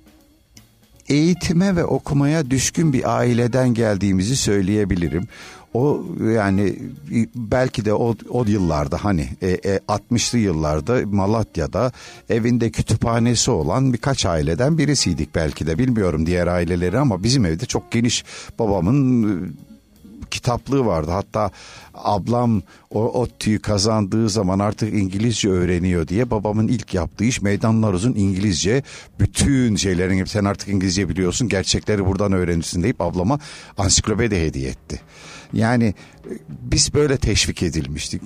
eğitime ve okumaya düşkün bir aileden geldiğimizi söyleyebilirim. O yani belki de o, o yıllarda hani e, e, altmışlı yıllarda Malatya'da evinde kütüphanesi olan birkaç aileden birisiydik belki de, bilmiyorum diğer aileleri ama bizim evde çok geniş babamın e, kitaplığı vardı. Hatta ablam o ODTÜ'yü kazandığı zaman artık İngilizce öğreniyor diye babamın ilk yaptığı iş Meydanlar Uzun İngilizce, bütün şeylerin sen artık İngilizce biliyorsun, gerçekleri buradan öğrenirsin deyip ablama ansiklopedi hediye etti. Yani biz böyle teşvik edilmiştik.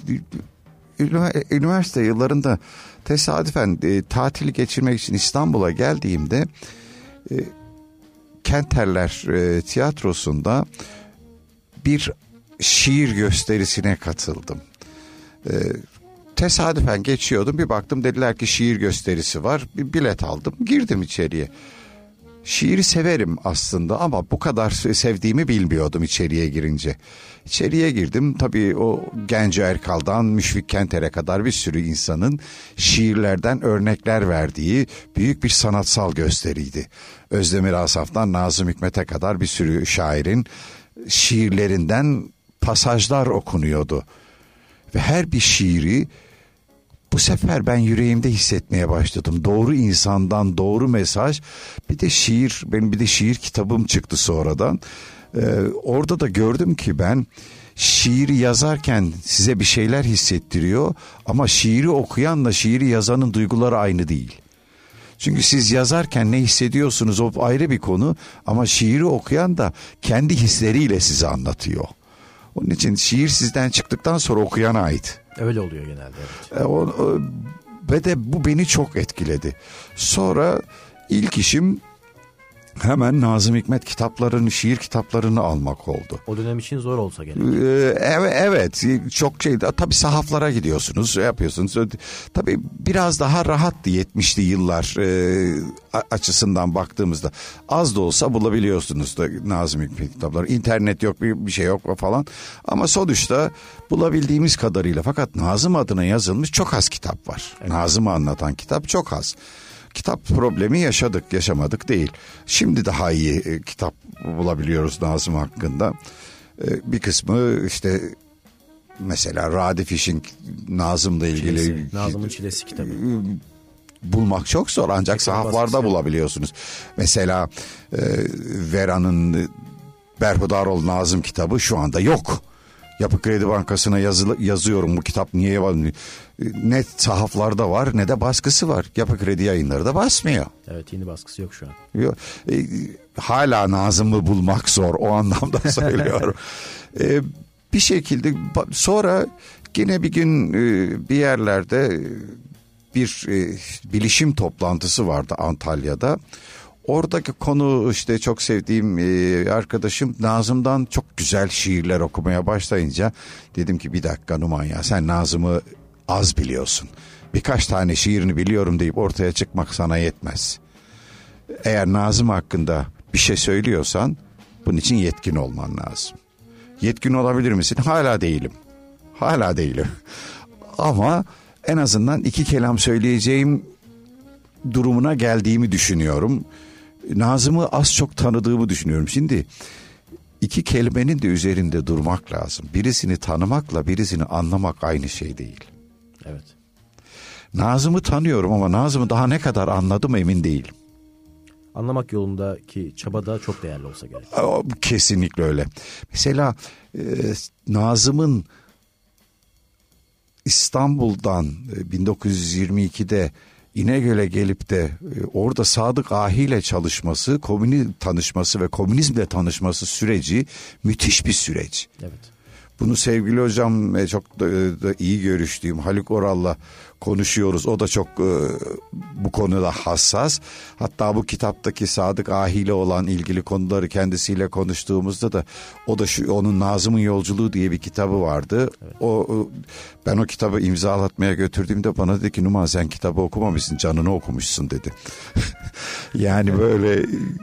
Üniversite yıllarında tesadüfen e, tatili geçirmek için İstanbul'a geldiğimde e, Kenterler e, tiyatrosunda bir şiir gösterisine katıldım. Ee, tesadüfen geçiyordum, bir baktım dediler ki şiir gösterisi var, bir bilet aldım, girdim içeriye. Şiiri severim aslında ama bu kadar sevdiğimi bilmiyordum içeriye girince. İçeriye girdim, tabii o Genco Erkal'dan Müşfik Kenter'e kadar bir sürü insanın şiirlerden örnekler verdiği büyük bir sanatsal gösteriydi. Özdemir Asaf'tan Nazım Hikmet'e kadar bir sürü şairin şiirlerinden pasajlar okunuyordu. Ve her bir şiiri bu sefer ben yüreğimde hissetmeye başladım. Doğru insandan doğru mesaj. Bir de şiir, benim bir de şiir kitabım çıktı sonradan. Ee, orada da gördüm ki ben şiiri yazarken size bir şeyler hissettiriyor ama şiiri okuyanla şiiri yazanın duyguları aynı değil. Çünkü siz yazarken ne hissediyorsunuz o ayrı bir konu ama şiiri okuyan da kendi hisleriyle size anlatıyor. Onun için şiir sizden çıktıktan sonra okuyana ait. Öyle oluyor genelde. Evet. E, o, o, ve de bu beni çok etkiledi. Sonra ilk işim hemen Nazım Hikmet kitaplarını, şiir kitaplarını almak oldu. O dönem için zor olsa gerek. Ee, evet, evet çok şey, tabii sahaflara gidiyorsunuz, yapıyorsunuz. Tabii biraz daha rahattı yetmişli yıllar e, açısından baktığımızda. Az da olsa bulabiliyorsunuz da Nazım Hikmet kitapları. İnternet yok, bir, bir şey yok falan. Ama sonuçta bulabildiğimiz kadarıyla, fakat Nazım adına yazılmış çok az kitap var. Evet. Nazım'ı anlatan kitap çok az. Kitap problemi yaşadık, yaşamadık değil. Şimdi daha iyi e, kitap bulabiliyoruz Nazım hakkında. E, bir kısmı işte mesela Radi Fiş'in Nazım'la ilgili... Çilesi, Nazım'ın Çilesi kitabı. Bulmak çok zor, ancak sahaflarda bulabiliyorsunuz. Mesela e, Vera'nın Berhudaroğlu Nazım kitabı şu anda yok. Yapı Kredi Bankası'na yazılı, yazıyorum bu kitap niye var? Ne sahaflarda var ne de baskısı var. Yapı Kredi Yayınları da basmıyor. Evet, yeni baskısı yok şu an. Yok. E, hala Nazım'ı bulmak zor, o anlamda söylüyorum. e, bir şekilde sonra yine bir gün e, bir yerlerde bir e, bilişim toplantısı vardı Antalya'da. Oradaki konu işte çok sevdiğim e, arkadaşım Nazım'dan çok güzel şiirler okumaya başlayınca dedim ki bir dakika Numan ya, sen Nazım'ı az biliyorsun. Birkaç tane şiirini biliyorum deyip ortaya çıkmak sana yetmez. Eğer Nazım hakkında bir şey söylüyorsan bunun için yetkin olman lazım. Yetkin olabilir misin? Hala değilim. Hala değilim. Ama en azından iki kelam söyleyeceğim durumuna geldiğimi düşünüyorum. Nazım'ı az çok tanıdığımı düşünüyorum. Şimdi iki kelimenin de üzerinde durmak lazım. Birisini tanımakla birisini anlamak aynı şey değil. Evet. Nazım'ı tanıyorum ama Nazım'ı daha ne kadar anladım emin değilim. Anlamak yolundaki çaba da çok değerli olsa gerek. Kesinlikle öyle. Mesela e, Nazım'ın İstanbul'dan e, bin dokuz yüz yirmi ikide İnegöl'e gelip de e, orada Sadık Ahi ile çalışması, komünizm tanışması ve komünizmle tanışması süreci müthiş bir süreç. Evet. Bunu sevgili hocam e, çok da, da iyi görüştüğüm Haluk Oral'la konuşuyoruz. O da çok e, bu konuda hassas. Hatta bu kitaptaki Sadık Ahi ile olan ilgili konuları kendisiyle konuştuğumuzda da o da şu, onun Nazım'ın Yolculuğu diye bir kitabı vardı. Evet. O ben o kitabı imzalatmaya götürdüğümde bana dedi ki Numan sen kitabı okumamışsın, canını okumuşsun dedi. Yani böyle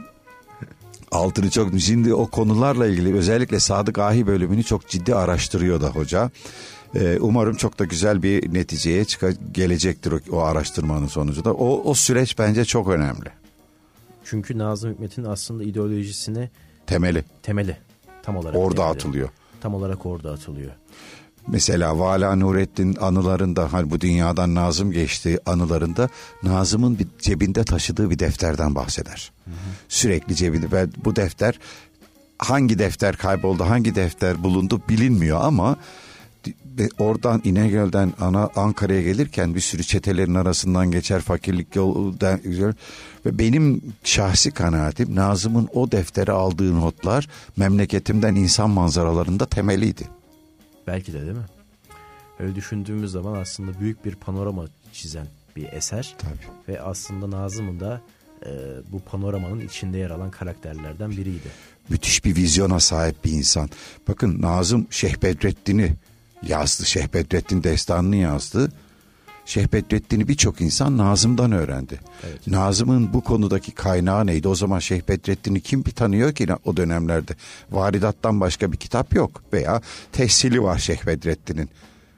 altını çok, şimdi o konularla ilgili özellikle Sadık Ahi bölümünü çok ciddi araştırıyor da hoca. Ee, umarım çok da güzel bir neticeye çıka- gelecektir o, o araştırmanın sonucunda. O, o süreç bence çok önemli. Çünkü Nazım Hikmet'in aslında ideolojisine temeli. Temeli. Tam olarak orada temeli. atılıyor. Tam olarak orada atılıyor. Mesela Vala Nurettin anılarında, hani bu dünyadan Nazım geçtiği anılarında Nazım'ın bir cebinde taşıdığı bir defterden bahseder. Hı hı. Sürekli cebinde ve bu defter, hangi defter kayboldu, hangi defter bulundu bilinmiyor ama oradan İnegöl'den ana Ankara'ya gelirken bir sürü çetelerin arasından geçer, fakirlik yoldan ve benim şahsi kanaatim Nazım'ın o deftere aldığı notlar memleketimden insan manzaralarında temeliydi. Belki de, değil mi? Öyle düşündüğümüz zaman aslında büyük bir panorama çizen bir eser. Tabii. Ve aslında Nazım'ın da e, bu panoramanın içinde yer alan karakterlerden biriydi. Müthiş bir vizyona sahip bir insan. Bakın Nazım Şeyh Bedrettin'i yazdı. Şeyh Bedrettin destanını yazdı. Şeyh Bedrettin'i birçok insan Nazım'dan öğrendi. Evet. Nazım'ın bu konudaki kaynağı neydi? O zaman Şeyh Bedrettin'i kim bir tanıyor ki o dönemlerde? Varidattan başka bir kitap yok. Veya tehsili var Şeyh Bedrettin'in.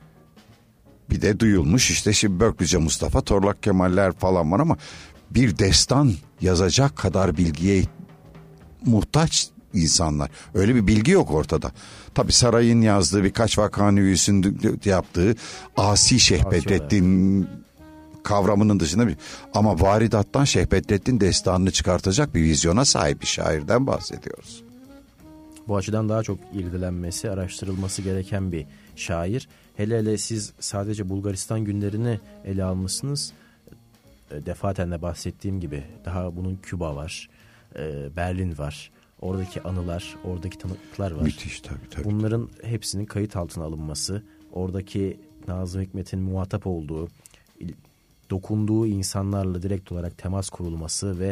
Bir de duyulmuş işte şimdi Börklüce Mustafa, Torlak Kemaller falan var ama bir destan yazacak kadar bilgiye muhtaç insanlar. Öyle bir bilgi yok ortada. Tabi sarayın yazdığı birkaç vakanüvisinin yaptığı Asi Şeyh Asi Bedrettin olarak kavramının dışında bir, ama varidattan Şeyh Bedrettin destanını çıkartacak bir vizyona sahip bir şairden bahsediyoruz. Bu açıdan daha çok irdelenmesi, araştırılması gereken bir şair. Hele hele siz sadece Bulgaristan günlerini ele almışsınız. Defaten de bahsettiğim gibi daha bunun Küba var, Berlin var. Oradaki anılar, oradaki tanıklıklar var. Müthiş tabii tabii. Bunların hepsinin kayıt altına alınması, oradaki Nazım Hikmet'in muhatap olduğu, dokunduğu insanlarla direkt olarak temas kurulması ve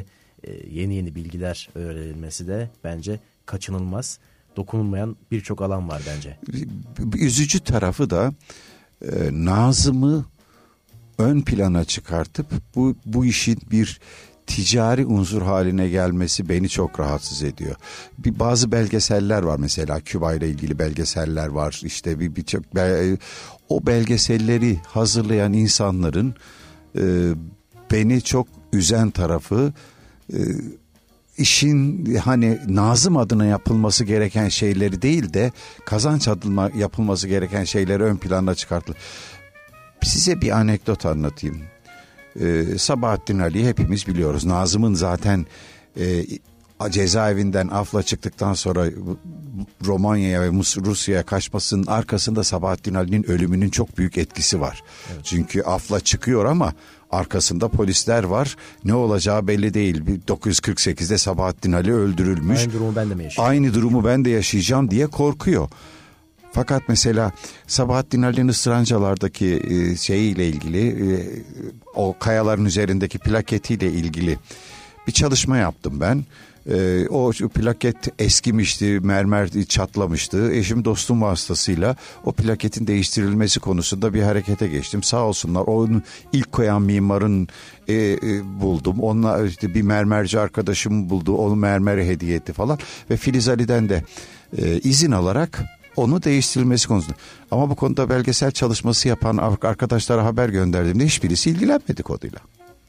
yeni yeni bilgiler öğrenilmesi de bence kaçınılmaz. Dokunulmayan birçok alan var bence. Üzücü tarafı da e, Nazım'ı ön plana çıkartıp bu bu işin bir ticari unsur haline gelmesi beni çok rahatsız ediyor. Bir bazı belgeseller var, mesela Küba ile ilgili belgeseller var. İşte bir birçok o belgeselleri hazırlayan insanların e, beni çok üzen tarafı e, işin hani Nazım adına yapılması gereken şeyleri değil de kazanç adına yapılması gereken şeyleri ön plana çıkartılır. Size bir anekdot anlatayım. Ee, Sabahattin Ali'yi hepimiz biliyoruz. Nazım'ın zaten e, cezaevinden afla çıktıktan sonra Romanya'ya ve Rusya'ya kaçmasının arkasında Sabahattin Ali'nin ölümünün çok büyük etkisi var. Evet. Çünkü afla çıkıyor ama arkasında polisler var. Ne olacağı belli değil. bin dokuz yüz kırk sekizde Sabahattin Ali öldürülmüş. Aynı durumu ben de mi yaşayacağım? Aynı durumu ben de yaşayacağım diye korkuyor. Fakat mesela Sabahattin Ali'nin Isırancalar'daki e, şeyiyle ilgili, e, o kayaların üzerindeki plaketiyle ilgili bir çalışma yaptım ben. E, o plaket eskimişti, mermer çatlamıştı. Eşim dostum vasıtasıyla o plaketin değiştirilmesi konusunda bir harekete geçtim. Sağ olsunlar, onun ilk koyan mimarın e, e, buldum. Onunla işte bir mermerci arkadaşım buldu, onu mermere hediye etti falan. Ve Filiz Ali'den de e, izin alarak onu değiştirilmesi konusunda. Ama bu konuda belgesel çalışması yapan arkadaşlara haber gönderdiğimde hiçbirisi ilgilenmedi konuyla.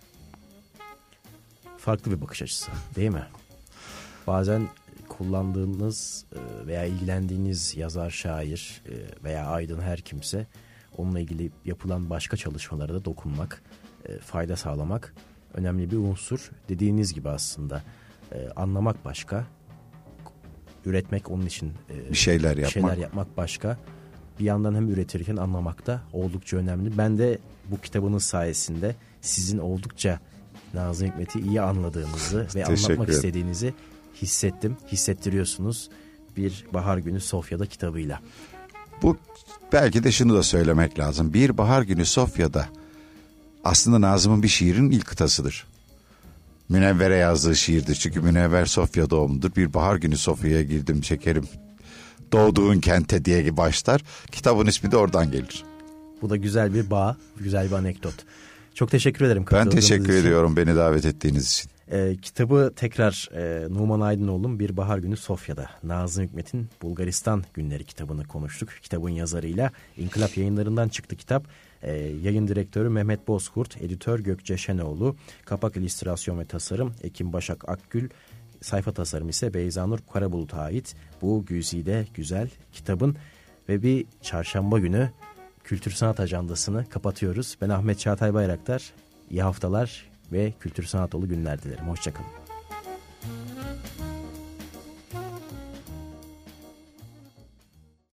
Farklı bir bakış açısı değil mi? Bazen kullandığınız veya ilgilendiğiniz yazar, şair veya aydın her kimse, onunla ilgili yapılan başka çalışmalara da dokunmak, fayda sağlamak önemli bir unsur. Dediğiniz gibi aslında anlamak başka, üretmek, onun için e, bir şeyler yapmak. şeyler yapmak başka. Bir yandan hem üretirken anlamak da oldukça önemli. Ben de bu kitabınız sayesinde sizin oldukça Nazım Hikmet'i iyi anladığınızı ve anlatmak istediğinizi hissettim. Hissettiriyorsunuz bir Bahar Günü Sofya'da kitabıyla. Bu belki de şunu da söylemek lazım. Bir Bahar Günü Sofya'da aslında Nazım'ın bir şiirin ilk kıtasıdır. Münevver'e yazdığı şiirdir. Çünkü Münevver Sofya doğumludur. Bir bahar günü Sofya'ya girdim şekerim, doğduğun kente diye başlar. Kitabın ismi de oradan gelir. Bu da güzel bir bağ, güzel bir anekdot. Çok teşekkür ederim. Ben teşekkür için. ediyorum beni davet ettiğiniz için. Ee, kitabı tekrar e, Numan Aydınoğlu'nun Bir Bahar Günü Sofya'da, Nazım Hikmet'in Bulgaristan Günleri kitabını konuştuk. Kitabın yazarıyla İnkılap Yayınları'ndan çıktı kitap. Ee, yayın direktörü Mehmet Bozkurt, editör Gökçe Şenoğlu, kapak illüstrasyon ve tasarım Ekim Başak Akgül, sayfa tasarımı ise Beyzanur Karabulut'a ait. Bu güzide güzel kitabın ve bir çarşamba günü Kültür Sanat Ajandası'nı kapatıyoruz. Ben Ahmet Çağatay Bayraktar. İyi haftalar ve kültür sanat dolu günler dilerim. Hoşçakalın.